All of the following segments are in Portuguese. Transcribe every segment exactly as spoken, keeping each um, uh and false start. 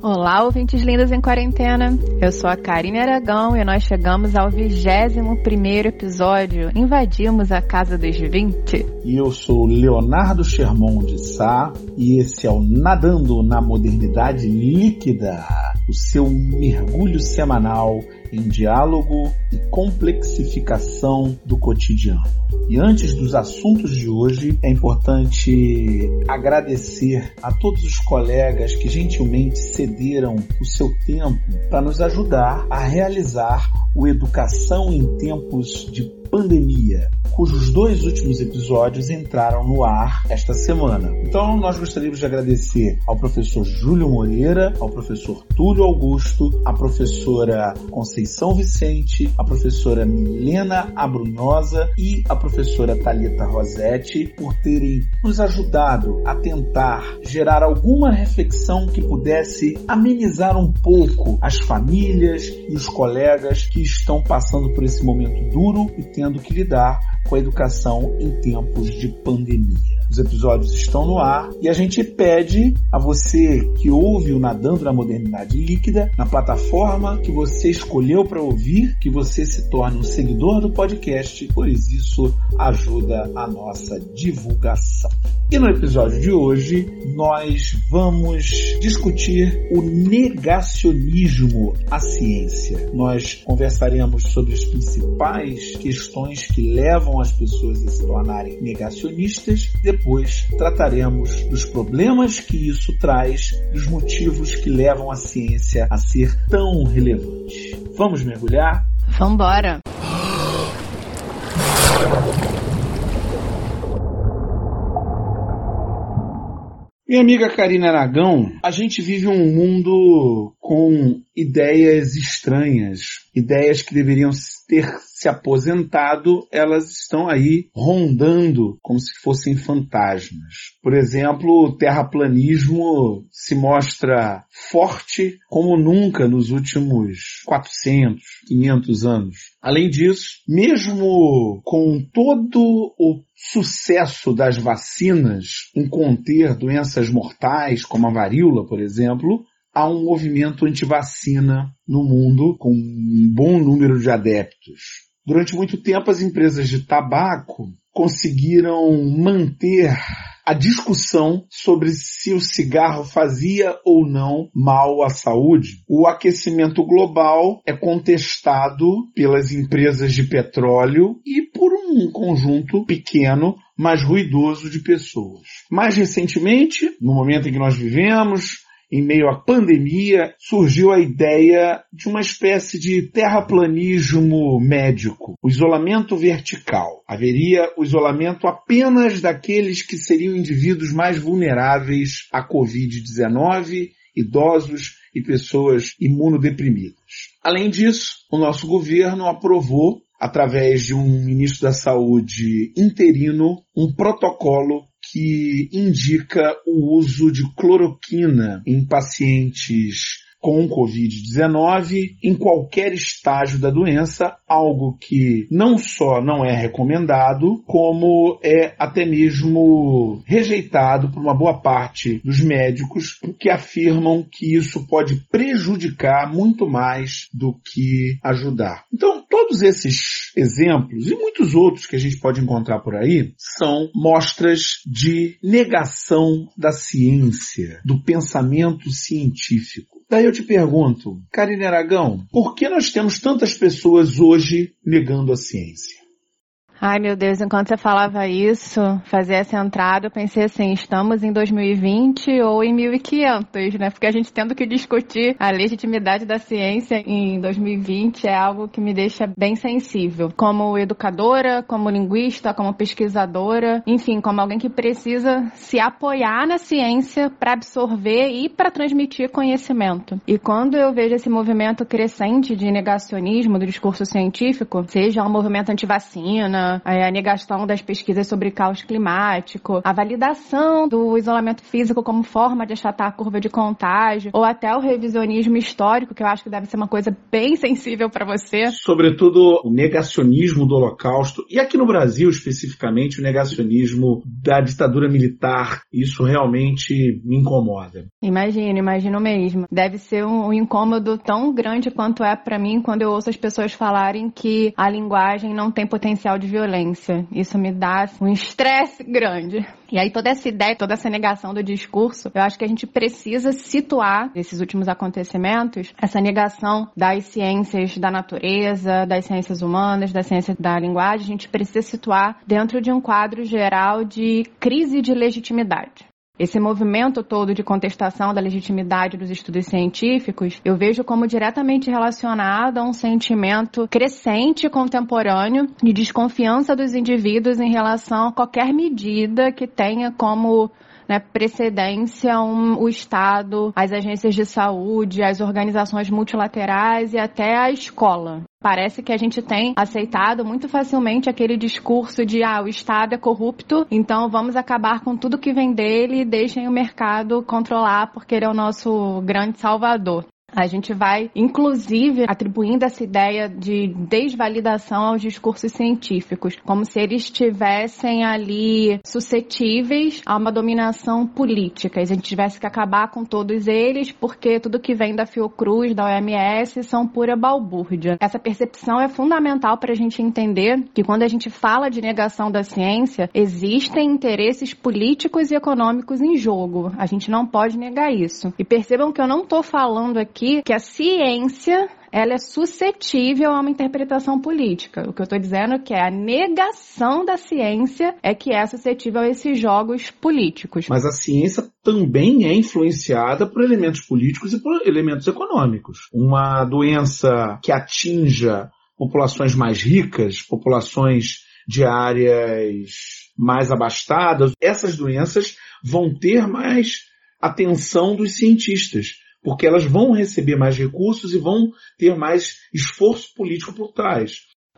Olá, ouvintes lindos em quarentena. Eu sou a Karine Aragão e nós chegamos ao vigésimo primeiro episódio. Invadimos a casa dos vinte. E eu sou Leonardo Sherman de Sá e esse é o Nadando na Modernidade Líquida, o seu mergulho semanal em diálogo e complexificação do cotidiano. E antes dos assuntos de hoje, é importante agradecer a todos os colegas que gentilmente cederam o seu tempo para nos ajudar a realizar o Educação em Tempos de Pandemia, cujos dois últimos episódios entraram no ar esta semana. Então, nós gostaríamos de agradecer ao professor Júlio Moreira, ao professor Túlio Augusto, à professora Conceição Vicente, à professora Milena Abrunhosa e à professora Thalita Rosetti por terem nos ajudado a tentar gerar alguma reflexão que pudesse amenizar um pouco as famílias e os colegas que estão passando por esse momento duro e tendo que lidar com a educação em tempos de pandemia. Os episódios estão no ar e a gente pede a você que ouve o Nadando na Modernidade Líquida na plataforma que você escolheu para ouvir, que você se torne um seguidor do podcast, pois isso ajuda a nossa divulgação. E no episódio de hoje nós vamos discutir o negacionismo à ciência. Nós conversaremos sobre as principais questões que levam as pessoas a se tornarem negacionistas. Depois trataremos dos problemas que isso traz, dos motivos que levam a ciência a ser tão relevante. Vamos mergulhar? Vambora! Minha amiga Karine Aragão, a gente vive um mundo com ideias estranhas, ideias que deveriam ter se aposentado, elas estão aí rondando como se fossem fantasmas. Por exemplo, o terraplanismo se mostra forte como nunca nos últimos quatrocentos, quinhentos anos. Além disso, mesmo com todo o sucesso das vacinas em conter doenças mortais, como a varíola, por exemplo, há um movimento antivacina no mundo com um bom número de adeptos. Durante muito tempo, as empresas de tabaco conseguiram manter a discussão sobre se o cigarro fazia ou não mal à saúde. O aquecimento global é contestado pelas empresas de petróleo e por um conjunto pequeno, mas ruidoso de pessoas. Mais recentemente, no momento em que nós vivemos, em meio à pandemia, surgiu a ideia de uma espécie de terraplanismo médico, o isolamento vertical. Haveria o isolamento apenas daqueles que seriam indivíduos mais vulneráveis à covid dezenove, idosos e pessoas imunodeprimidas. Além disso, o nosso governo aprovou, através de um ministro da Saúde interino, um protocolo que indica o uso de cloroquina em pacientes com covid dezenove em qualquer estágio da doença, algo que não só não é recomendado, como é até mesmo rejeitado por uma boa parte dos médicos que afirmam que isso pode prejudicar muito mais do que ajudar. Então, todos esses exemplos e muitos outros que a gente pode encontrar por aí são mostras de negação da ciência, do pensamento científico. Daí eu te pergunto, Karine Aragão, por que nós temos tantas pessoas hoje negando a ciência? Ai, meu Deus, enquanto você falava isso, fazia essa entrada, eu pensei assim, estamos em dois mil e vinte ou em mil e quinhentos, né? Porque a gente tendo que discutir a legitimidade da ciência em dois mil e vinte é algo que me deixa bem sensível. Como educadora, como linguista, como pesquisadora, enfim, como alguém que precisa se apoiar na ciência para absorver e para transmitir conhecimento. E quando eu vejo esse movimento crescente de negacionismo do discurso científico, seja um movimento antivacina, vacina, a negação das pesquisas sobre caos climático, a validação do isolamento físico como forma de achatar a curva de contágio, ou até o revisionismo histórico, que eu acho que deve ser uma coisa bem sensível para você. Sobretudo o negacionismo do Holocausto, e aqui no Brasil especificamente o negacionismo da ditadura militar. Isso realmente me incomoda. Imagino, imagino mesmo. Deve ser um, um incômodo tão grande quanto é para mim quando eu ouço as pessoas falarem que a linguagem não tem potencial de violência. Isso me dá um estresse grande. E aí toda essa ideia, toda essa negação do discurso, eu acho que a gente precisa situar nesses últimos acontecimentos essa negação das ciências da natureza, das ciências humanas, das ciências da linguagem. A gente precisa situar dentro de um quadro geral de crise de legitimidade. Esse movimento todo de contestação da legitimidade dos estudos científicos, eu vejo como diretamente relacionado a um sentimento crescente contemporâneo de desconfiança dos indivíduos em relação a qualquer medida que tenha como né, precedência um, o Estado, as agências de saúde, as organizações multilaterais e até a escola. Parece que a gente tem aceitado muito facilmente aquele discurso de ah, o Estado é corrupto, então vamos acabar com tudo que vem dele e deixem o mercado controlar porque ele é o nosso grande salvador. A gente vai, inclusive, atribuindo essa ideia de desvalidação aos discursos científicos, como se eles estivessem ali suscetíveis a uma dominação política. E a gente tivesse que acabar com todos eles, porque tudo que vem da Fiocruz, da O M S, são pura balbúrdia. Essa percepção é fundamental para a gente entender que quando a gente fala de negação da ciência, existem interesses políticos e econômicos em jogo. A gente não pode negar isso. E percebam que eu não estou falando aqui que a ciência ela é suscetível a uma interpretação política. O que eu estou dizendo é que a negação da ciência é que é suscetível a esses jogos políticos. Mas a ciência também é influenciada por elementos políticos e por elementos econômicos. Uma doença que atinja populações mais ricas, populações de áreas mais abastadas, essas doenças vão ter mais atenção dos cientistas, porque elas vão receber mais recursos e vão ter mais esforço político por trás.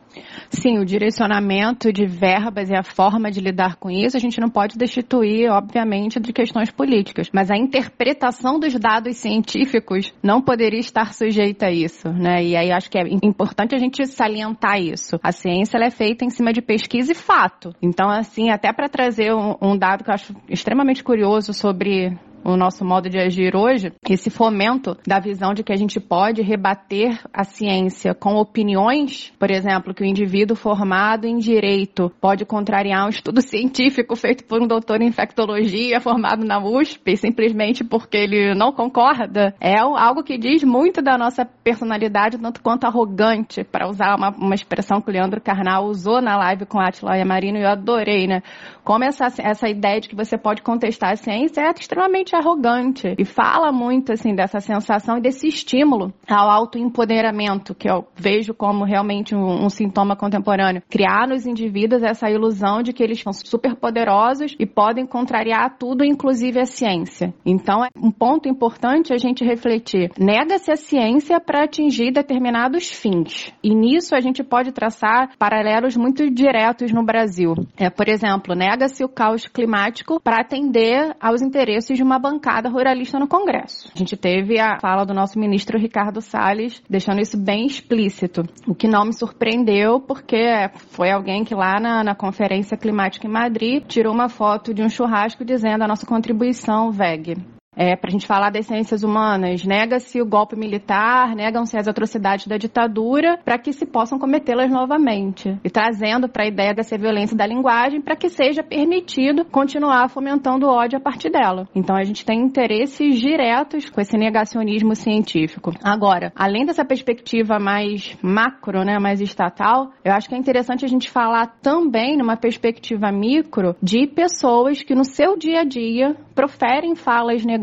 Sim, o direcionamento de verbas e a forma de lidar com isso, a gente não pode destituir, obviamente, de questões políticas. Mas a interpretação dos dados científicos não poderia estar sujeita a isso, né? E aí acho que é importante a gente salientar isso. A ciência ela é feita em cima de pesquisa e fato. Então, assim, até para trazer um, um dado que eu acho extremamente curioso sobre o nosso modo de agir hoje, esse fomento da visão de que a gente pode rebater a ciência com opiniões, por exemplo, que o indivíduo formado em direito pode contrariar um estudo científico feito por um doutor em infectologia formado na U S P, simplesmente porque ele não concorda, é algo que diz muito da nossa personalidade, tanto quanto arrogante, para usar uma, uma expressão que o Leandro Carnal usou na live com a Átila Yamarino, e eu adorei, né? Como essa, essa ideia de que você pode contestar a ciência é extremamente arrogante e fala muito assim dessa sensação e desse estímulo ao autoempoderamento, que eu vejo como realmente um, um sintoma contemporâneo. Criar nos indivíduos essa ilusão de que eles são super poderosos e podem contrariar tudo, inclusive a ciência. Então é um ponto importante a gente refletir. Nega-se a ciência para atingir determinados fins. E nisso a gente pode traçar paralelos muito diretos no Brasil. É, por exemplo, nega-se o caos climático para atender aos interesses de uma bancada ruralista no Congresso. A gente teve a fala do nosso ministro Ricardo Salles deixando isso bem explícito, o que não me surpreendeu, porque foi alguém que lá na, na Conferência Climática em Madrid tirou uma foto de um churrasco dizendo a nossa contribuição V E G. É, para a gente falar das ciências humanas, nega-se o golpe militar, negam-se as atrocidades da ditadura para que se possam cometê-las novamente. E trazendo para a ideia dessa violência da linguagem para que seja permitido continuar fomentando o ódio a partir dela. Então a gente tem interesses diretos com esse negacionismo científico. Agora, além dessa perspectiva mais macro, né, mais estatal, eu acho que é interessante a gente falar também numa perspectiva micro de pessoas que no seu dia a dia proferem falas negativas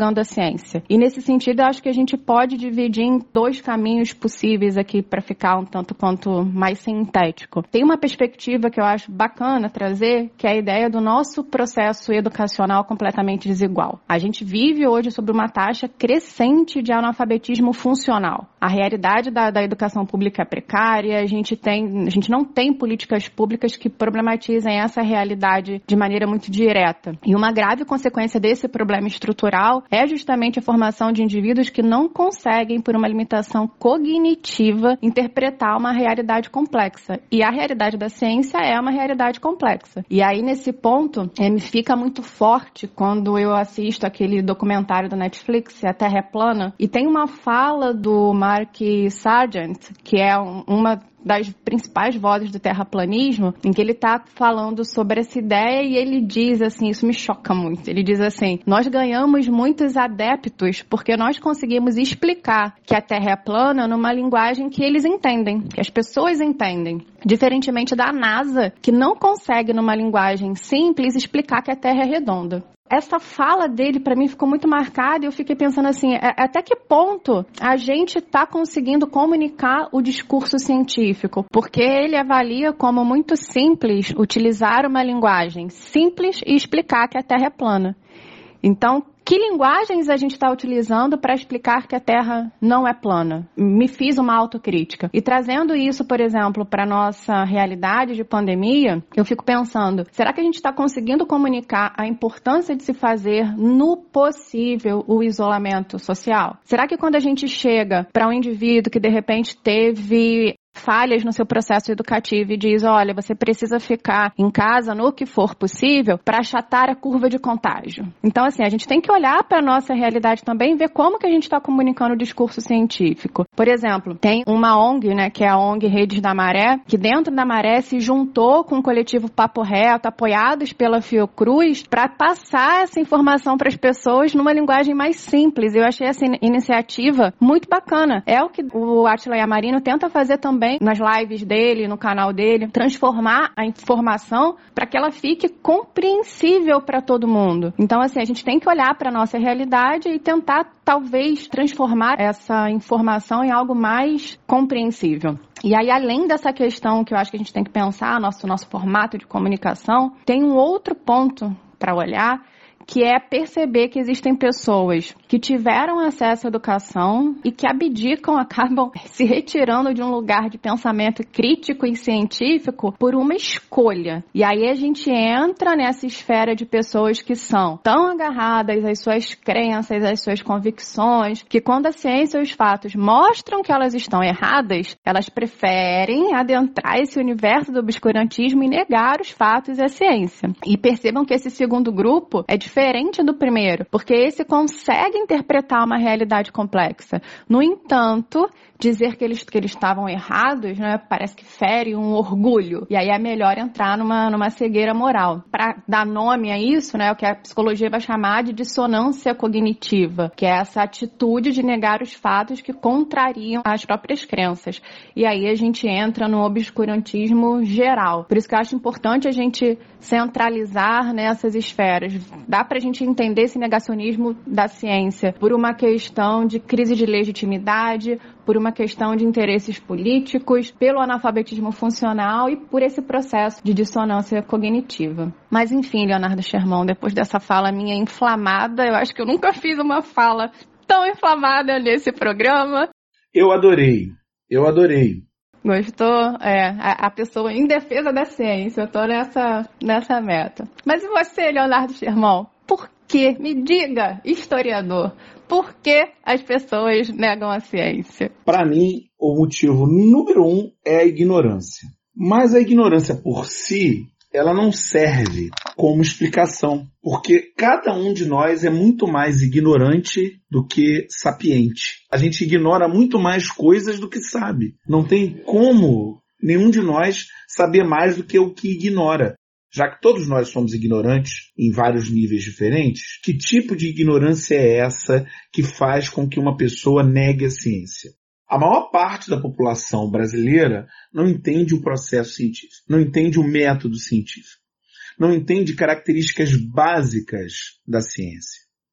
negando a ciência. E nesse sentido, eu acho que a gente pode dividir em dois caminhos possíveis aqui para ficar um tanto quanto mais sintético. Tem uma perspectiva que eu acho bacana trazer, que é a ideia do nosso processo educacional completamente desigual. A gente vive hoje sobre uma taxa crescente de analfabetismo funcional. A realidade da, da educação pública é precária, a gente, tem, a gente não tem políticas públicas que problematizem essa realidade de maneira muito direta. E uma grave consequência desse problema estrutural é justamente a formação de indivíduos que não conseguem, por uma limitação cognitiva, interpretar uma realidade complexa. E a realidade da ciência é uma realidade complexa. E aí, nesse ponto, é, me fica muito forte quando eu assisto aquele documentário da Netflix, A Terra é Plana, e tem uma fala do Mark Sargent, que é um, uma das principais vozes do terraplanismo, em que ele está falando sobre essa ideia e ele diz assim, isso me choca muito, ele diz assim, nós ganhamos muitos adeptos porque nós conseguimos explicar que a Terra é plana numa linguagem que eles entendem, que as pessoas entendem, diferentemente da NASA, que não consegue numa linguagem simples explicar que a Terra é redonda. Essa fala dele, para mim, ficou muito marcada e eu fiquei pensando assim, até que ponto a gente está conseguindo comunicar o discurso científico? Porque ele avalia como muito simples utilizar uma linguagem simples e explicar que a Terra é plana. Então, que linguagens a gente está utilizando para explicar que a Terra não é plana? Me fiz uma autocrítica. E trazendo isso, por exemplo, para a nossa realidade de pandemia, eu fico pensando, será que a gente está conseguindo comunicar a importância de se fazer no possível o isolamento social? Será que quando a gente chega para um indivíduo que de repente teve falhas no seu processo educativo e diz, olha, você precisa ficar em casa no que for possível para achatar a curva de contágio. Então, assim, a gente tem que olhar para a nossa realidade também e ver como que a gente está comunicando o discurso científico. Por exemplo, tem uma O N G, né, que é a O N G Redes da Maré, que dentro da Maré se juntou com o coletivo Papo Reto, apoiados pela Fiocruz, para passar essa informação para as pessoas numa linguagem mais simples. Eu achei essa iniciativa muito bacana. É o que o Átila Yamarino tenta fazer também nas lives dele, no canal dele, transformar a informação para que ela fique compreensível para todo mundo. Então, assim, a gente tem que olhar para a nossa realidade e tentar, talvez, transformar essa informação em algo mais compreensível. E aí, além dessa questão que eu acho que a gente tem que pensar, nosso, nosso formato de comunicação, tem um outro ponto para olhar, que é perceber que existem pessoas que tiveram acesso à educação e que abdicam, acabam se retirando de um lugar de pensamento crítico e científico por uma escolha. E aí a gente entra nessa esfera de pessoas que são tão agarradas às suas crenças, às suas convicções, que quando a ciência e os fatos mostram que elas estão erradas, elas preferem adentrar esse universo do obscurantismo e negar os fatos e a ciência. E percebam que esse segundo grupo é diferente diferente do primeiro, porque esse consegue interpretar uma realidade complexa. No entanto, dizer que eles, que eles estavam errados, né, parece que fere um orgulho. E aí é melhor entrar numa, numa cegueira moral. Para dar nome a isso, né, o que a psicologia vai chamar de dissonância cognitiva, que é essa atitude de negar os fatos que contrariam as próprias crenças. E aí a gente entra no obscurantismo geral. Por isso que eu acho importante a gente centralizar nessas esferas. Dá para a gente entender esse negacionismo da ciência por uma questão de crise de legitimidade, por uma questão de interesses políticos, pelo analfabetismo funcional e por esse processo de dissonância cognitiva. Mas enfim, Leonardo Sherman, depois dessa fala minha inflamada, eu acho que eu nunca fiz uma fala tão inflamada nesse programa. Eu adorei, eu adorei. Gostou? É, a, a pessoa em defesa da ciência, eu tô nessa, nessa meta. Mas e você, Leonardo Sherman? Por que? Me diga, historiador, por que as pessoas negam a ciência? Para mim, o motivo número um é a ignorância. Mas a ignorância por si, ela não serve como explicação, porque cada um de nós é muito mais ignorante do que sapiente. A gente ignora muito mais coisas do que sabe. Não tem como nenhum de nós saber mais do que o que ignora. Já que todos nós somos ignorantes em vários níveis diferentes, que tipo de ignorância é essa que faz com que uma pessoa negue a ciência? A maior parte da população brasileira não entende o processo científico, não entende o método científico, não entende características básicas da ciência.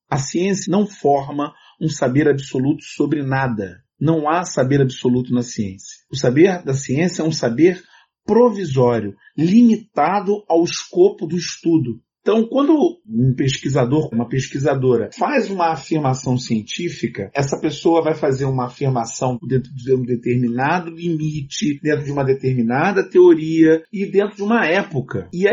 A ciência não forma um saber absoluto sobre nada. Não há saber absoluto na ciência. O saber da ciência é um saber provisório, limitado ao escopo do estudo. Então, quando um pesquisador, uma pesquisadora faz uma afirmação científica, essa pessoa vai fazer uma afirmação dentro de um determinado limite, dentro de uma determinada teoria e dentro de uma época. E a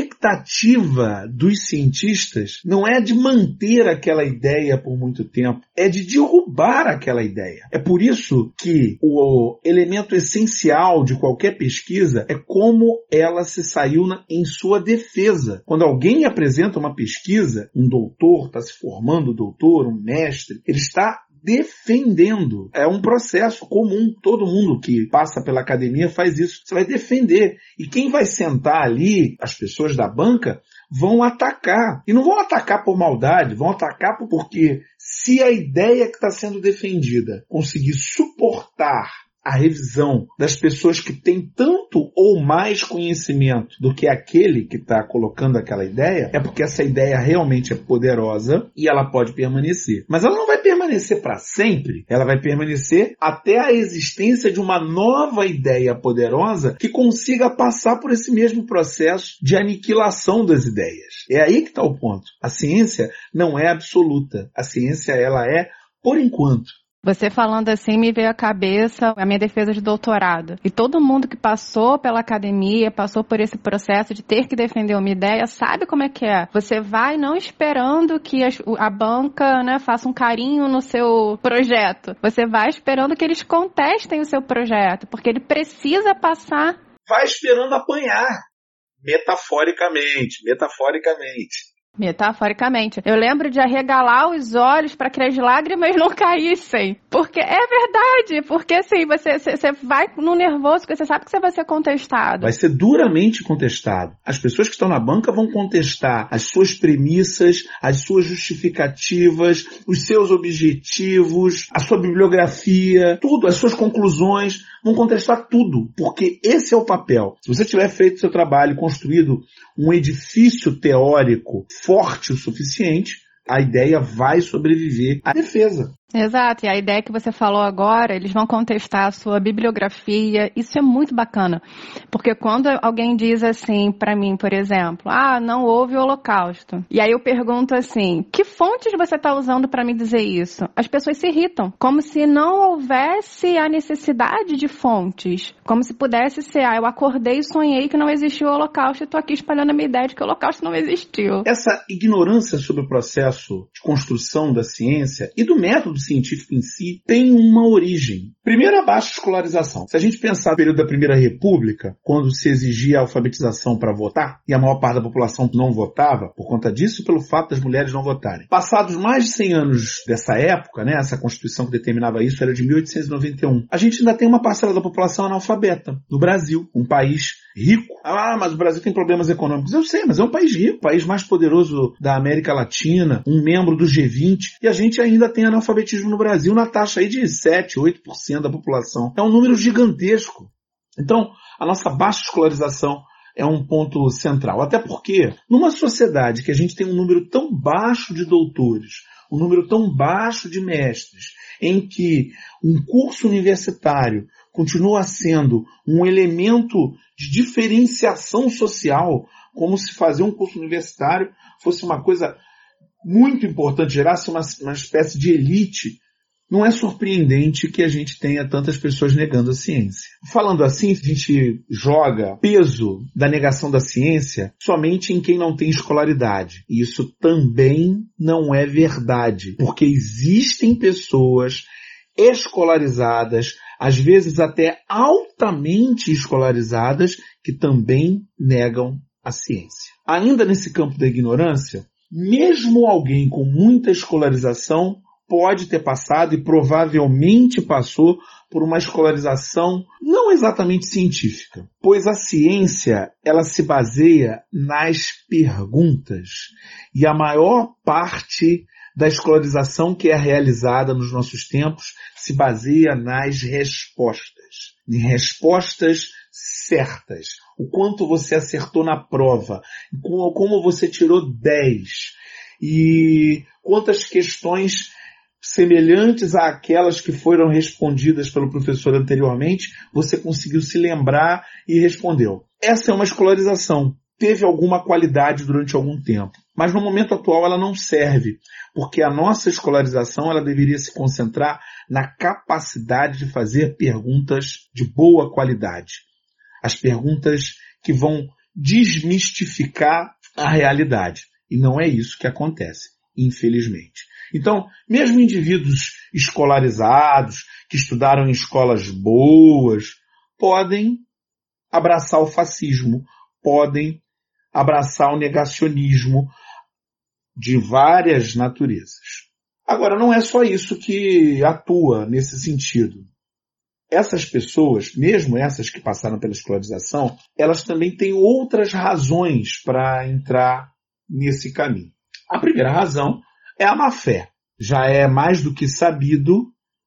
expectativa dos cientistas não é de manter aquela ideia por muito tempo, é de derrubar aquela ideia. É por isso que o elemento essencial de qualquer pesquisa é como ela se saiu na, em sua defesa. Quando alguém apresenta uma pesquisa, um doutor está se formando doutor, um mestre, ele está defendendo. É um processo comum. Todo mundo que passa pela academia faz isso. Você vai defender. E quem vai sentar ali, as pessoas da banca, vão atacar. E não vão atacar por maldade, vão atacar porque se a ideia que está sendo defendida conseguir suportar a revisão das pessoas que têm tanto ou mais conhecimento do que aquele que está colocando aquela ideia, é porque essa ideia realmente é poderosa e ela pode permanecer. Mas ela não vai permanecer para sempre, ela vai permanecer até a existência de uma nova ideia poderosa que consiga passar por esse mesmo processo de aniquilação das ideias. É aí que está o ponto. A ciência não é absoluta. A ciência, ela é por enquanto. Você falando assim me veio à cabeça a minha defesa de doutorado. E todo mundo que passou pela academia, passou por esse processo de ter que defender uma ideia, sabe como é que é. Você vai não esperando que a banca, né, faça um carinho no seu projeto. Você vai esperando que eles contestem o seu projeto, porque ele precisa passar. Vai esperando apanhar. Metaforicamente, metaforicamente. Metaforicamente. Eu lembro de arregalar os olhos para que as lágrimas não caíssem. Porque é verdade. Porque assim, você, você, você vai no nervoso, porque você sabe que você vai ser contestado. Vai ser duramente contestado. As pessoas que estão na banca vão contestar as suas premissas, as suas justificativas, os seus objetivos, a sua bibliografia, tudo, as suas conclusões. Vão contestar tudo, porque esse é o papel. Se você tiver feito seu trabalho, construído um edifício teórico forte o suficiente, a ideia vai sobreviver à defesa. Exato, e a ideia que você falou agora, eles vão contestar a sua bibliografia, isso é muito bacana, porque quando alguém diz assim pra mim, por exemplo, ah, não houve holocausto, e aí eu pergunto assim, que fontes você está usando para me dizer isso? As pessoas se irritam, como se não houvesse a necessidade de fontes, como se pudesse ser, ah, eu acordei e sonhei que não existiu o holocausto e estou aqui espalhando a minha ideia de que o holocausto não existiu. Essa ignorância sobre o processo de construção da ciência e do método científico em si tem uma origem. Primeiro, a baixa escolarização. Se a gente pensar no período da Primeira República, quando se exigia a alfabetização para votar, e a maior parte da população não votava, por conta disso, pelo fato das mulheres não votarem. Passados mais de cem anos dessa época, né, essa Constituição que determinava isso era de mil oitocentos e noventa e um, a gente ainda tem uma parcela da população analfabeta no Brasil, um país rico. Ah, mas o Brasil tem problemas econômicos. Eu sei, mas é um país rico, o país mais poderoso da América Latina, um membro do G vinte, e a gente ainda tem analfabetismo no Brasil na taxa aí de sete, oito por cento da população. É um número gigantesco. Então, a nossa baixa escolarização é um ponto central. Até porque, numa sociedade que a gente tem um número tão baixo de doutores, um número tão baixo de mestres, em que um curso universitário continua sendo um elemento de diferenciação social, como se fazer um curso universitário fosse uma coisa muito importante, gerasse uma, uma espécie de elite, não é surpreendente que a gente tenha tantas pessoas negando a ciência. Falando assim, a gente joga peso da negação da ciência somente em quem não tem escolaridade. E isso também não é verdade, porque existem pessoas escolarizadas, às vezes até altamente escolarizadas, que também negam a ciência. Ainda nesse campo da ignorância, mesmo alguém com muita escolarização pode ter passado e provavelmente passou por uma escolarização não exatamente científica, pois a ciência ela se baseia nas perguntas e a maior parte da escolarização que é realizada nos nossos tempos se baseia nas respostas, em respostas certas. O quanto você acertou na prova, como você tirou dez. e quantas questões semelhantes àquelas que foram respondidas pelo professor anteriormente, você conseguiu se lembrar e respondeu. Essa é uma escolarização. Teve alguma qualidade durante algum tempo. Mas no momento atual ela não serve, porque a nossa escolarização ela deveria se concentrar na capacidade de fazer perguntas de boa qualidade. As perguntas que vão desmistificar a realidade. E não é isso que acontece, infelizmente. Então, mesmo indivíduos escolarizados, que estudaram em escolas boas, podem abraçar o fascismo, podem abraçar o negacionismo de várias naturezas. Agora, não é só isso que atua nesse sentido. Essas pessoas, mesmo essas que passaram pela escolarização, elas também têm outras razões para entrar nesse caminho. A primeira razão é a má-fé. Já é mais do que sabido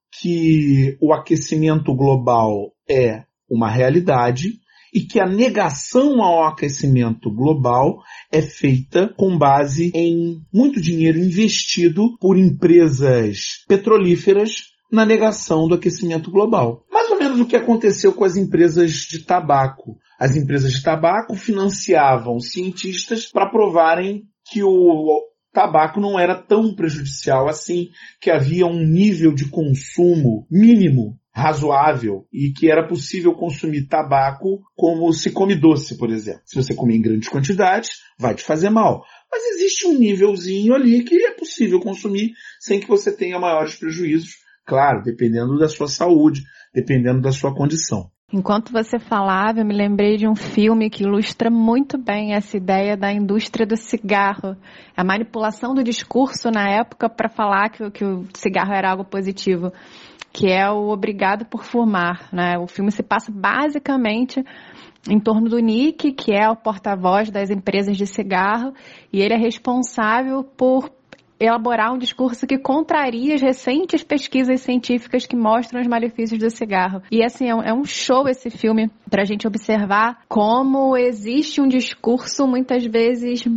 que o aquecimento global é uma realidade e que a negação ao aquecimento global é feita com base em muito dinheiro investido por empresas petrolíferas na negação do aquecimento global. Mais ou menos o que aconteceu com as empresas de tabaco. As empresas de tabaco financiavam cientistas para provarem que o tabaco não era tão prejudicial assim, que havia um nível de consumo mínimo razoável e que era possível consumir tabaco como se come doce, por exemplo. Se você comer em grandes quantidades, vai te fazer mal. Mas existe um nívelzinho ali que é possível consumir sem que você tenha maiores prejuízos, claro, dependendo da sua saúde, dependendo da sua condição. Enquanto você falava, eu me lembrei de um filme que ilustra muito bem essa ideia da indústria do cigarro. A manipulação do discurso na época para falar que, que o cigarro era algo positivo, que é o Obrigado por Fumar, né? O filme se passa basicamente em torno do Nick, que é o porta-voz das empresas de cigarro, e ele é responsável por elaborar um discurso que contraria as recentes pesquisas científicas que mostram os malefícios do cigarro. E assim, é um show esse filme para a gente observar como existe um discurso muitas vezes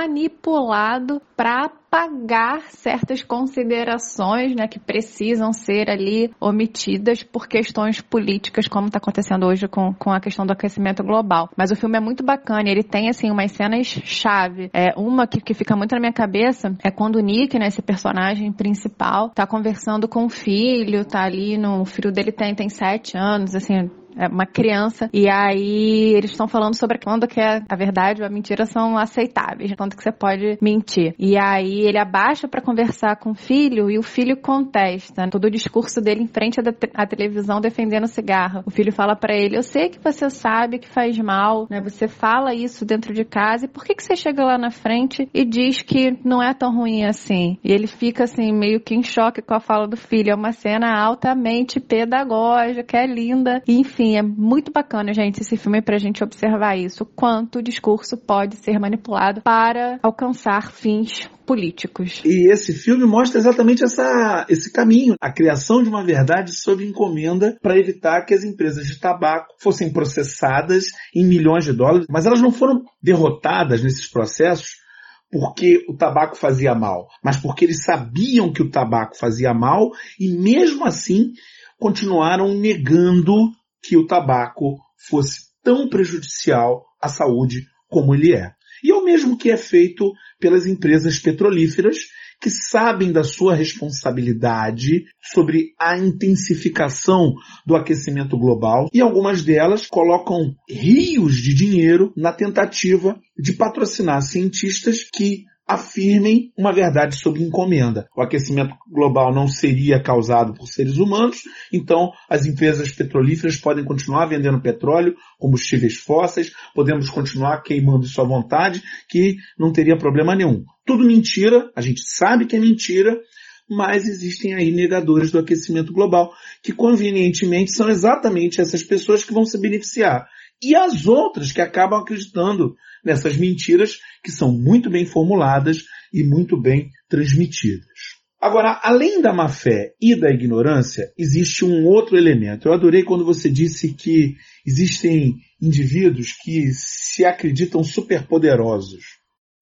manipulado para apagar certas considerações, né, que precisam ser ali omitidas por questões políticas, como está acontecendo hoje com, com a questão do aquecimento global. Mas o filme é muito bacana, ele tem assim umas cenas-chave. É, uma que, que fica muito na minha cabeça é quando o Nick, né, esse personagem principal, tá conversando com o filho, tá ali, no, o filho dele tem, tem sete anos, assim, é uma criança, e aí eles estão falando sobre quando que é a verdade ou a mentira são aceitáveis, quando que você pode mentir. E aí ele abaixa para conversar com o filho e o filho contesta todo o discurso dele em frente à, te- à televisão defendendo o cigarro. O filho fala para ele: eu sei que você sabe que faz mal, né? Você fala isso dentro de casa, e por que que você chega lá na frente e diz que não é tão ruim assim? E ele fica assim meio que em choque com a fala do filho. É uma cena altamente pedagógica, é linda, e, enfim, é muito bacana, gente, esse filme pra gente observar isso, quanto o discurso pode ser manipulado para alcançar fins políticos. E esse filme mostra exatamente essa, esse caminho, a criação de uma verdade sob encomenda para evitar que as empresas de tabaco fossem processadas em milhões de dólares, mas elas não foram derrotadas nesses processos porque o tabaco fazia mal, mas porque eles sabiam que o tabaco fazia mal e mesmo assim continuaram negando que o tabaco fosse tão prejudicial à saúde como ele é. E é o mesmo que é feito pelas empresas petrolíferas, que sabem da sua responsabilidade sobre a intensificação do aquecimento global, e algumas delas colocam rios de dinheiro na tentativa de patrocinar cientistas que afirmem uma verdade sob encomenda. O aquecimento global não seria causado por seres humanos, então as empresas petrolíferas podem continuar vendendo petróleo, combustíveis fósseis, podemos continuar queimando isso à vontade, que não teria problema nenhum. Tudo mentira, a gente sabe que é mentira, mas existem aí negadores do aquecimento global, que convenientemente são exatamente essas pessoas que vão se beneficiar. E as outras que acabam acreditando nessas mentiras que são muito bem formuladas e muito bem transmitidas. Agora, além da má-fé e da ignorância, existe um outro elemento. Eu adorei quando você disse que existem indivíduos que se acreditam superpoderosos.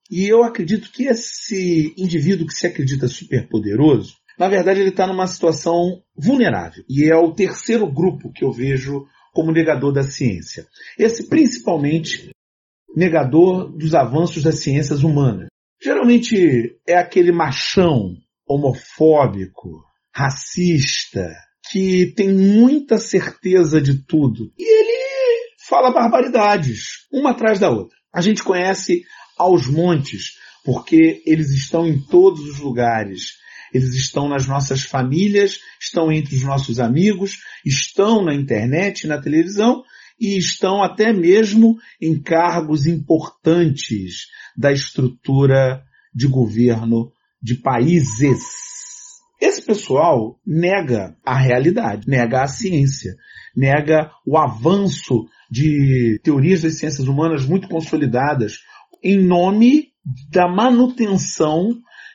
E eu acredito que esse indivíduo que se acredita superpoderoso, na verdade ele está numa situação vulnerável. E é o terceiro grupo que eu vejo como negador da ciência. Esse principalmente negador dos avanços das ciências humanas. Geralmente é aquele machão homofóbico, racista, que tem muita certeza de tudo. E ele fala barbaridades, uma atrás da outra. A gente conhece aos montes, porque eles estão em todos os lugares. Eles estão nas nossas famílias, estão entre os nossos amigos, estão na internet, na televisão e estão até mesmo em cargos importantes da estrutura de governo de países. Esse pessoal nega a realidade, nega a ciência, nega o avanço de teorias das ciências humanas muito consolidadas em nome da manutenção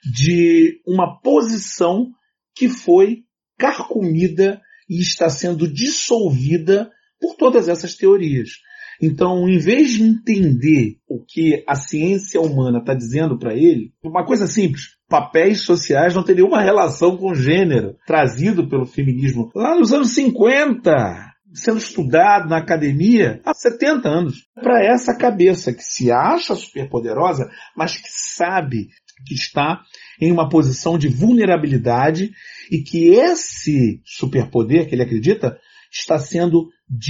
de uma posição que foi carcomida e está sendo dissolvida por todas essas teorias. Então, em vez de entender o que a ciência humana está dizendo para ele, uma coisa simples, papéis sociais não tem nenhuma relação com gênero, trazido pelo feminismo lá nos anos cinquenta, sendo estudado na academia há setenta anos. Para essa cabeça que se acha superpoderosa, mas que sabe que está em uma posição de vulnerabilidade e que esse superpoder que ele acredita está sendo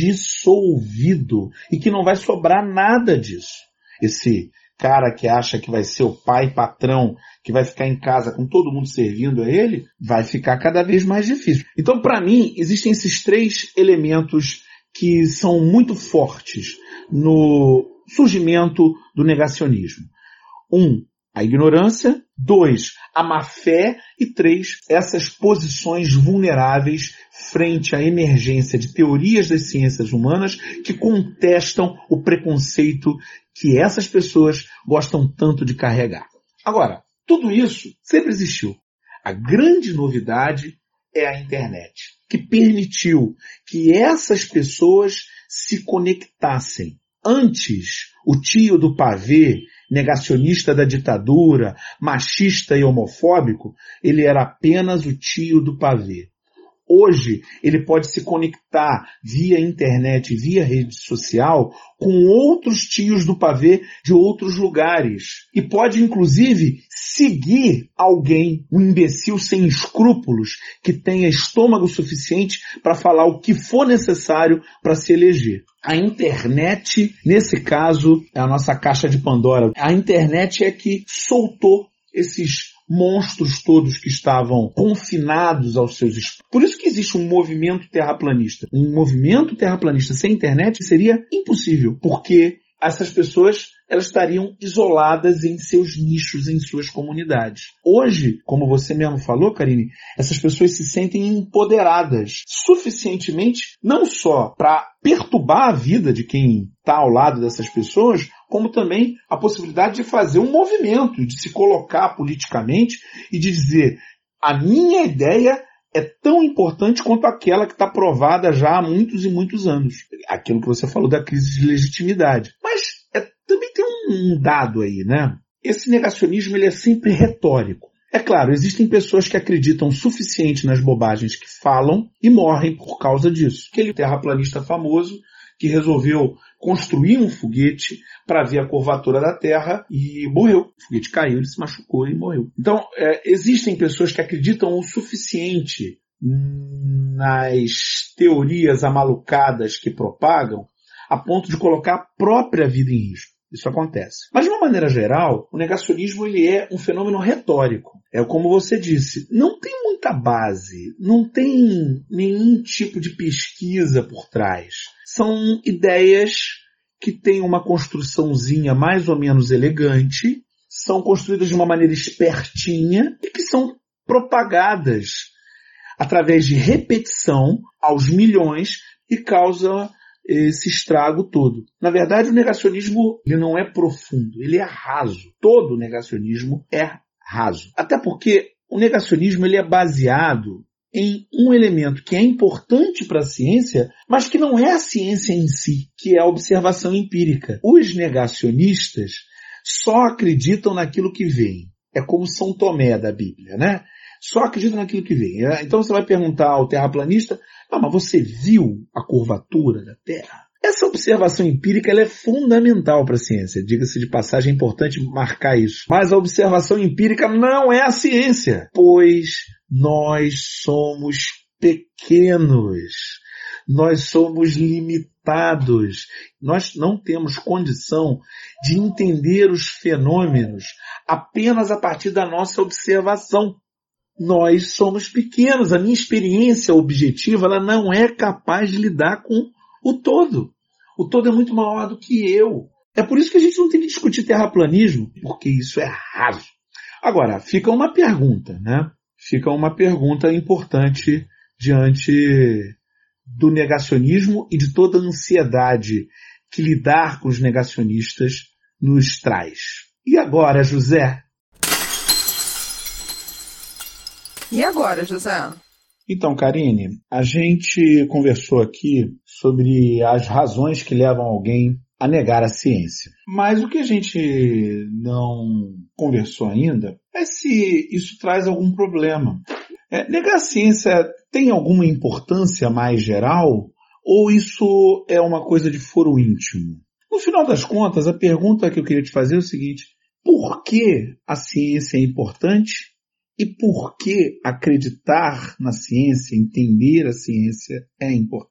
dissolvido e que não vai sobrar nada disso. Esse cara que acha que vai ser o pai patrão, que vai ficar em casa com todo mundo servindo a ele, vai ficar cada vez mais difícil. Então, para mim, existem esses três elementos que são muito fortes no surgimento do negacionismo. Um, a ignorância. Dois, a má-fé. E três, essas posições vulneráveis frente à emergência de teorias das ciências humanas que contestam o preconceito que essas pessoas gostam tanto de carregar. Agora, tudo isso sempre existiu. A grande novidade é a internet, que permitiu que essas pessoas se conectassem. Antes, o tio do pavê, negacionista da ditadura, machista e homofóbico, ele era apenas o tio do pavê. Hoje, ele pode se conectar via internet, via rede social, com outros tios do pavê de outros lugares. E pode, inclusive, seguir alguém, um imbecil sem escrúpulos, que tenha estômago suficiente para falar o que for necessário para se eleger. A internet, nesse caso, é a nossa caixa de Pandora. A internet é que soltou esses monstros todos que estavam confinados aos seus espaços. Por isso que existe um movimento terraplanista. Um movimento terraplanista sem internet seria impossível, porque essas pessoas elas estariam isoladas em seus nichos, em suas comunidades. Hoje, como você mesmo falou, Karine, essas pessoas se sentem empoderadas suficientemente, não só para perturbar a vida de quem está ao lado dessas pessoas, como também a possibilidade de fazer um movimento, de se colocar politicamente e de dizer: a minha ideia é tão importante quanto aquela que está provada já há muitos e muitos anos. Aquilo que você falou da crise de legitimidade. Mas é, também tem um dado aí, né? Esse negacionismo ele é sempre retórico. É claro, existem pessoas que acreditam o suficiente nas bobagens que falam e morrem por causa disso. Aquele terraplanista famoso que resolveu construir um foguete para ver a curvatura da Terra e morreu. O foguete caiu, ele se machucou e morreu. Então, é, existem pessoas que acreditam o suficiente nas teorias amalucadas que propagam a ponto de colocar a própria vida em risco. Isso acontece. Mas, de uma maneira geral, o negacionismo ele é um fenômeno retórico. É como você disse, não tem muita base, não tem nenhum tipo de pesquisa por trás. São ideias que têm uma construçãozinha mais ou menos elegante, são construídas de uma maneira espertinha e que são propagadas através de repetição aos milhões e causa esse estrago todo. Na verdade, o negacionismo ele não é profundo, ele é raso. Todo negacionismo é raso. Até porque o negacionismo ele é baseado em um elemento que é importante para a ciência, mas que não é a ciência em si, que é a observação empírica. Os negacionistas só acreditam naquilo que veem. É como São Tomé da Bíblia, né? Só acreditam naquilo que veem. Então você vai perguntar ao terraplanista, ah, mas você viu a curvatura da Terra? Essa observação empírica ela é fundamental para a ciência. Diga-se de passagem, é importante marcar isso. Mas a observação empírica não é a ciência, pois nós somos pequenos. Nós somos limitados. Nós não temos condição de entender os fenômenos apenas a partir da nossa observação. Nós somos pequenos. A minha experiência objetiva ela não é capaz de lidar com o todo. O todo é muito maior do que eu. É por isso que a gente não tem que discutir terraplanismo, porque isso é raso. Agora, fica uma pergunta, né? Fica uma pergunta importante diante do negacionismo e de toda a ansiedade que lidar com os negacionistas nos traz. E agora, José? E agora, José? Então, Karine, a gente conversou aqui sobre as razões que levam alguém a negar a ciência. Mas o que a gente não conversou ainda é se isso traz algum problema. É, negar a ciência tem alguma importância mais geral ou isso é uma coisa de foro íntimo? No final das contas, a pergunta que eu queria te fazer é o seguinte: por que a ciência é importante? E por que acreditar na ciência, entender a ciência é importante?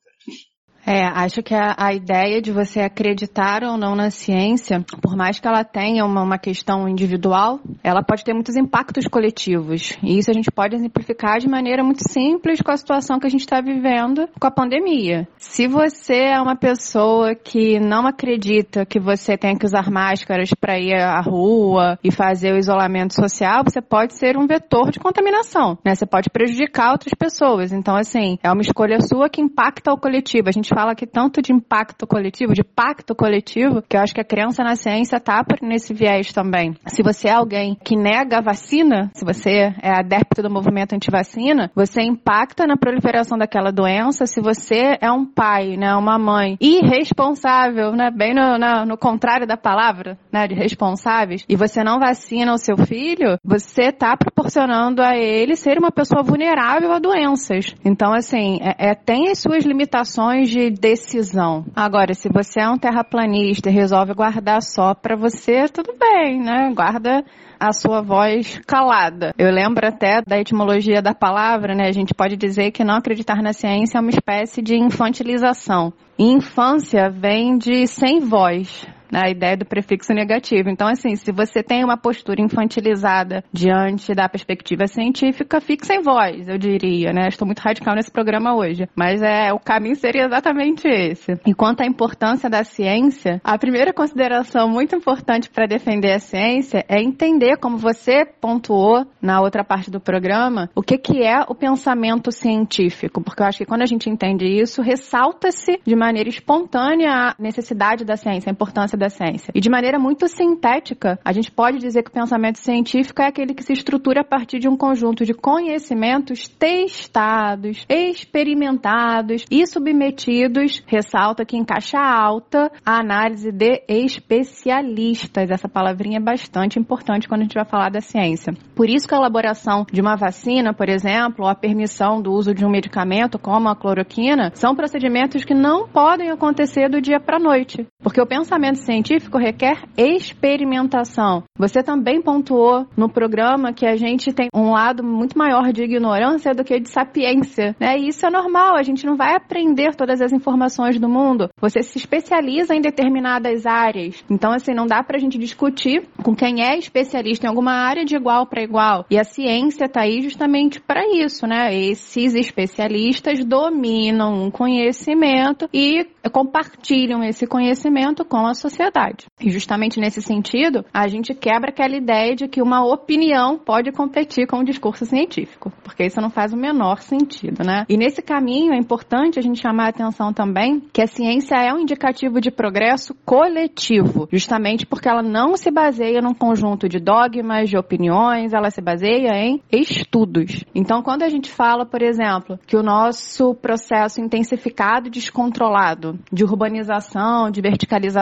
É, acho que a, a ideia de você acreditar ou não na ciência, por mais que ela tenha uma, uma questão individual, ela pode ter muitos impactos coletivos. E isso a gente pode exemplificar de maneira muito simples com a situação que a gente está vivendo com a pandemia. Se você é uma pessoa que não acredita que você tem que usar máscaras para ir à rua e fazer o isolamento social, você pode ser um vetor de contaminação, né? Você pode prejudicar outras pessoas. Então, assim, é uma escolha sua que impacta o coletivo. A gente fala aqui tanto de impacto coletivo, de pacto coletivo, que eu acho que a crença na ciência está nesse viés também. Se você é alguém que nega a vacina, se você é adepto do movimento antivacina, você impacta na proliferação daquela doença. Se você é um pai, né, uma mãe irresponsável, né, bem no, no, no contrário da palavra, né, de responsáveis, e você não vacina o seu filho, você está proporcionando a ele ser uma pessoa vulnerável a doenças. Então, assim, é, é, tem as suas limitações de decisão. Agora, se você é um terraplanista e resolve guardar só pra você, tudo bem, né? Guarda a sua voz calada. Eu lembro até da etimologia da palavra, né? A gente pode dizer que não acreditar na ciência é uma espécie de infantilização. E infância vem de sem voz, a ideia do prefixo negativo. Então, assim, se você tem uma postura infantilizada diante da perspectiva científica, fique sem voz, eu diria, né? Estou muito radical nesse programa hoje. Mas é, o caminho seria exatamente esse. E quanto à importância da ciência, a primeira consideração muito importante para defender a ciência é entender, como você pontuou na outra parte do programa, o que, que é o pensamento científico. Porque eu acho que quando a gente entende isso, ressalta-se de maneira espontânea a necessidade da ciência, a importância da ciência. E de maneira muito sintética, a gente pode dizer que o pensamento científico é aquele que se estrutura a partir de um conjunto de conhecimentos testados, experimentados e submetidos, ressalta que em caixa alta, a análise de especialistas. Essa palavrinha é bastante importante quando a gente vai falar da ciência. Por isso que a elaboração de uma vacina, por exemplo, ou a permissão do uso de um medicamento como a cloroquina, são procedimentos que não podem acontecer do dia para a noite, porque o pensamento científico requer experimentação. Você também pontuou no programa que a gente tem um lado muito maior de ignorância do que de sapiência, né? E isso é normal, a gente não vai aprender todas as informações do mundo. Você se especializa em determinadas áreas. Então, assim, não dá pra gente discutir com quem é especialista em alguma área de igual para igual. E a ciência tá aí justamente para isso, né? Esses especialistas dominam um conhecimento e compartilham esse conhecimento com a sociedade. E justamente nesse sentido, a gente quebra aquela ideia de que uma opinião pode competir com o discurso científico, porque isso não faz o menor sentido, né? E nesse caminho é importante a gente chamar a atenção também que a ciência é um indicativo de progresso coletivo, justamente porque ela não se baseia num conjunto de dogmas, de opiniões, ela se baseia em estudos. Então, quando a gente fala, por exemplo, que o nosso processo intensificado e descontrolado de urbanização, de verticalização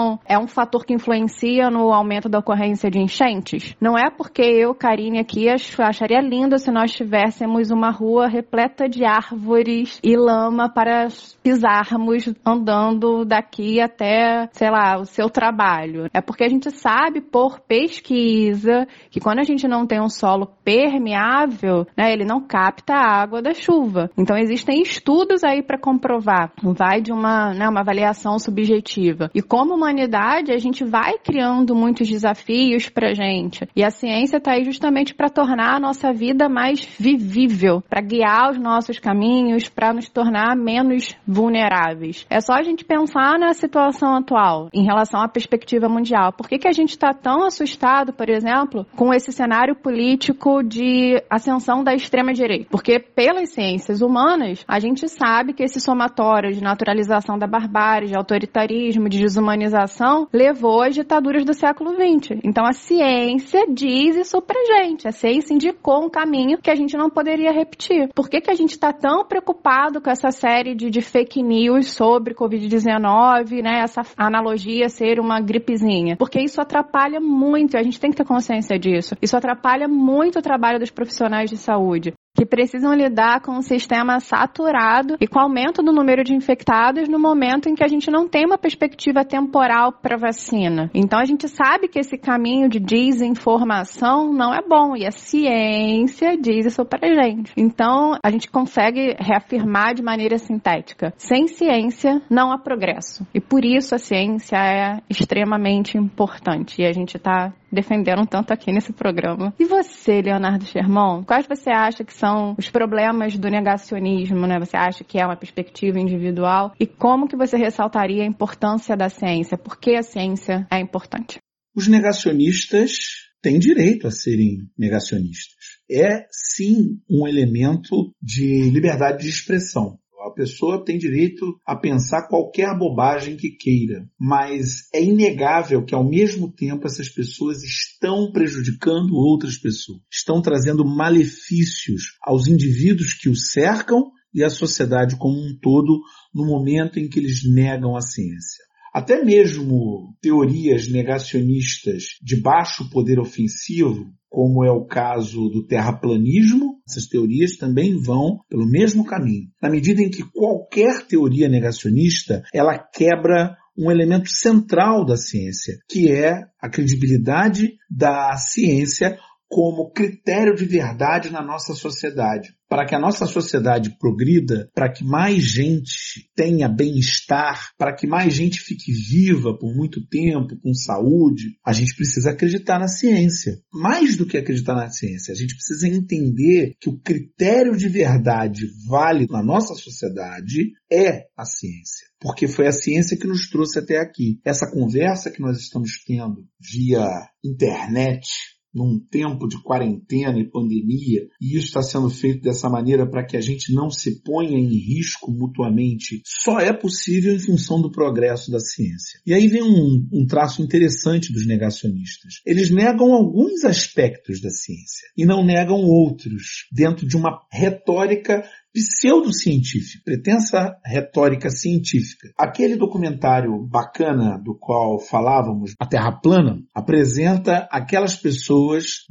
poluição é um fator que influencia no aumento da ocorrência de enchentes? Não é porque eu, Karine, aqui acharia lindo se nós tivéssemos uma rua repleta de árvores e lama para pisarmos andando daqui até, sei lá, o seu trabalho. É porque a gente sabe por pesquisa que quando a gente não tem um solo permeável, né, ele não capta a água da chuva. Então existem estudos aí para comprovar. Vai de uma, né, uma avaliação subjetiva. E como humanidade, a gente vai criando muitos desafios pra gente. E a ciência está aí justamente para tornar a nossa vida mais vivível, para guiar os nossos caminhos, para nos tornar menos vulneráveis. É só a gente pensar na situação atual em relação à perspectiva mundial. Por que que a gente está tão assustado, por exemplo, com esse cenário político de ascensão da extrema-direita? Porque pelas ciências humanas, a gente sabe que esse somatório de naturalização da barbárie, de autoritarismo, de desumanização, levou às ditaduras do século vinte. Então a ciência diz isso pra gente. A ciência indicou um caminho que a gente não poderia repetir. Por que que a gente está tão preocupado com essa série de, de fake news sobre covid dezenove, né? Essa analogia ser uma gripezinha? Porque isso atrapalha muito, a gente tem que ter consciência disso. Isso atrapalha muito o trabalho dos profissionais de saúde, que precisam lidar com um sistema saturado e com o aumento do número de infectados no momento em que a gente não tem uma perspectiva temporal para vacina. Então a gente sabe que esse caminho de desinformação não é bom e a ciência diz isso pra gente. Então a gente consegue reafirmar de maneira sintética: sem ciência não há progresso. E por isso a ciência é extremamente importante e a gente está defendendo tanto aqui nesse programa. E você, Leonardo Sherman, quais você acha que são os problemas do negacionismo, né? Você acha que é uma perspectiva individual? E como que você ressaltaria a importância da ciência? Por que a ciência é importante? Os negacionistas têm direito a serem negacionistas. É, sim, um elemento de liberdade de expressão. A pessoa tem direito a pensar qualquer bobagem que queira, mas é inegável que, ao mesmo tempo, essas pessoas estão prejudicando outras pessoas, estão trazendo malefícios aos indivíduos que o cercam e à sociedade como um todo no momento em que eles negam a ciência. Até mesmo teorias negacionistas de baixo poder ofensivo, como é o caso do terraplanismo, essas teorias também vão pelo mesmo caminho. Na medida em que qualquer teoria negacionista, ela quebra um elemento central da ciência, que é a credibilidade da ciência como critério de verdade na nossa sociedade. Para que a nossa sociedade progrida, para que mais gente tenha bem-estar, para que mais gente fique viva por muito tempo, com saúde, a gente precisa acreditar na ciência. Mais do que acreditar na ciência, a gente precisa entender que o critério de verdade válido na nossa sociedade é a ciência. Porque foi a ciência que nos trouxe até aqui. Essa conversa que nós estamos tendo via internet, num tempo de quarentena e pandemia, e isso está sendo feito dessa maneira para que a gente não se ponha em risco mutuamente, só é possível em função do progresso da ciência. E aí vem um, um traço interessante dos negacionistas. Eles negam alguns aspectos da ciência e não negam outros, dentro de uma retórica pseudocientífica, pretensa retórica científica. Aquele documentário bacana do qual falávamos, A Terra Plana, apresenta aquelas pessoas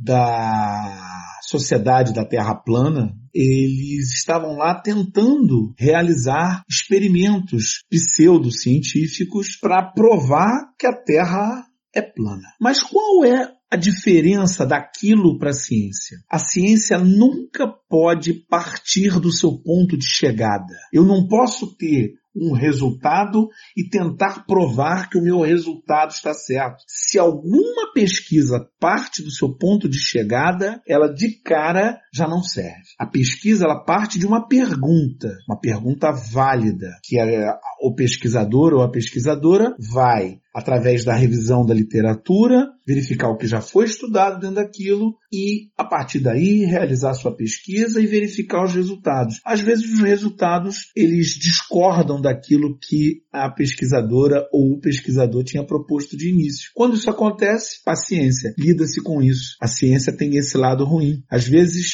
da Sociedade da Terra Plana. Eles estavam lá tentando realizar experimentos pseudocientíficos para provar que a Terra é plana. Mas qual é a diferença daquilo para a ciência? A ciência nunca pode partir do seu ponto de chegada. Eu não posso ter um resultado e tentar provar que o meu resultado está certo. Se alguma pesquisa parte do seu ponto de chegada, ela de cara já não serve. A pesquisa, ela parte de uma pergunta, uma pergunta válida, que é o pesquisador ou a pesquisadora vai, através da revisão da literatura, verificar o que já foi estudado dentro daquilo e, a partir daí, realizar sua pesquisa e verificar os resultados. Às vezes, os resultados, eles discordam daquilo que a pesquisadora ou o pesquisador tinha proposto de início. Quando isso acontece, paciência, lida-se com isso. A ciência tem esse lado ruim. Às vezes,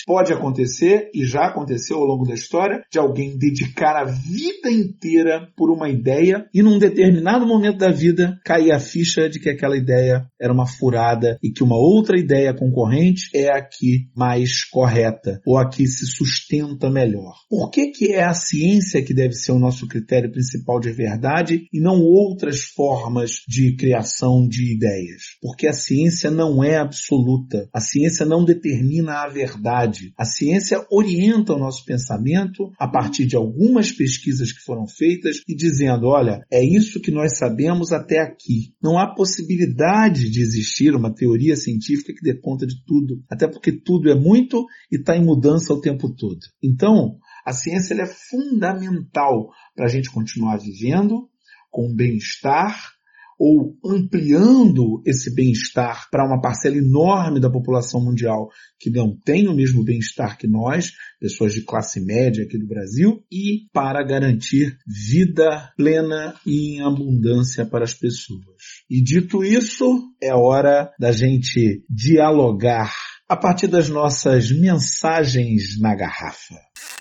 Pode acontecer, e já aconteceu ao longo da história, de alguém dedicar a vida inteira por uma ideia e num determinado momento da vida cair a ficha de que aquela ideia era uma furada e que uma outra ideia concorrente é a que mais correta ou a que se sustenta melhor. Por que que é a ciência que deve ser o nosso critério principal de verdade e não outras formas de criação de ideias? Porque a ciência não é absoluta. A ciência não determina a verdade. A ciência orienta o nosso pensamento a partir de algumas pesquisas que foram feitas e dizendo, olha, é isso que nós sabemos até aqui. Não há possibilidade de existir uma teoria científica que dê conta de tudo, até porque tudo é muito e está em mudança o tempo todo. Então, a ciência ela é fundamental para a gente continuar vivendo com bem-estar, ou ampliando esse bem-estar para uma parcela enorme da população mundial que não tem o mesmo bem-estar que nós, pessoas de classe média aqui do Brasil, e para garantir vida plena e em abundância para as pessoas. E dito isso, é hora da gente dialogar a partir das nossas mensagens na garrafa.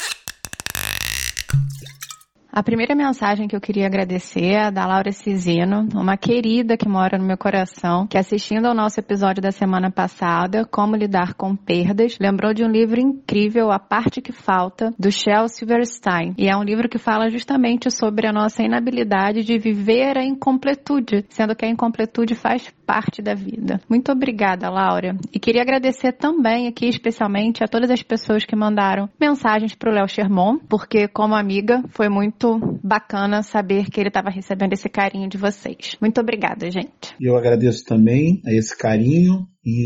A primeira mensagem que eu queria agradecer é da Laura Cisino, uma querida que mora no meu coração, que assistindo ao nosso episódio da semana passada, Como Lidar com Perdas, lembrou de um livro incrível, A Parte que Falta, do Shel Silverstein. E é um livro que fala justamente sobre a nossa inabilidade de viver a incompletude, sendo que a incompletude faz parte da vida. Muito obrigada, Laura. E queria agradecer também aqui especialmente a todas as pessoas que mandaram mensagens para o Léo Sherman, porque como amiga foi muito bacana saber que ele estava recebendo esse carinho de vocês. Muito obrigada, gente. E eu agradeço também a esse carinho,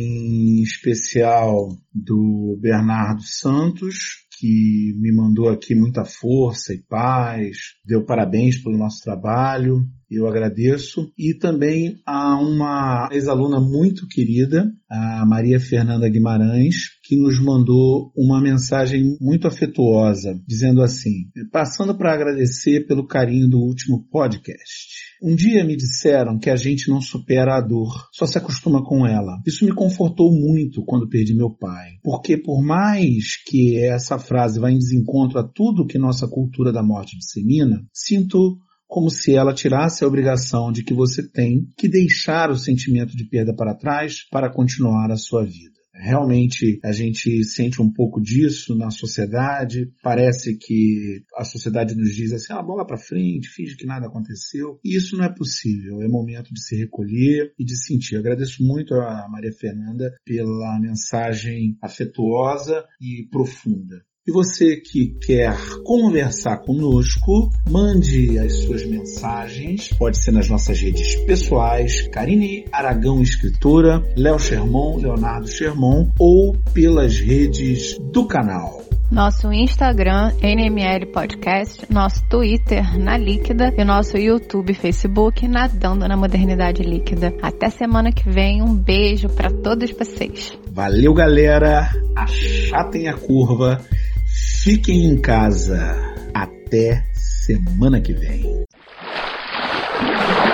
em especial do Bernardo Santos, que me mandou aqui muita força e paz, deu parabéns pelo nosso trabalho, eu agradeço. E também a uma ex-aluna muito querida, a Maria Fernanda Guimarães, que nos mandou uma mensagem muito afetuosa, dizendo assim, passando para agradecer pelo carinho do último podcast. Um dia me disseram que a gente não supera a dor, só se acostuma com ela. Isso me confortou muito quando perdi meu pai, porque por mais que essa frase vá em desencontro a tudo que nossa cultura da morte dissemina, sinto como se ela tirasse a obrigação de que você tem que deixar o sentimento de perda para trás para continuar a sua vida. Realmente a gente sente um pouco disso na sociedade, parece que a sociedade nos diz assim, ah, bola para frente, finge que nada aconteceu, e isso não é possível, é momento de se recolher e de sentir. Eu agradeço muito a Maria Fernanda pela mensagem afetuosa e profunda. E você que quer conversar conosco, mande as suas mensagens. Pode ser nas nossas redes pessoais, Karine Aragão Escritora, Léo Sherman, Leonardo Sherman, ou pelas redes do canal. Nosso Instagram, N M L Podcast, nosso Twitter, Na Líquida, e nosso YouTube e Facebook, Nadando na Modernidade Líquida. Até semana que vem, um beijo para todos vocês. Valeu, galera! Achatem a curva, fiquem em casa. Até semana que vem.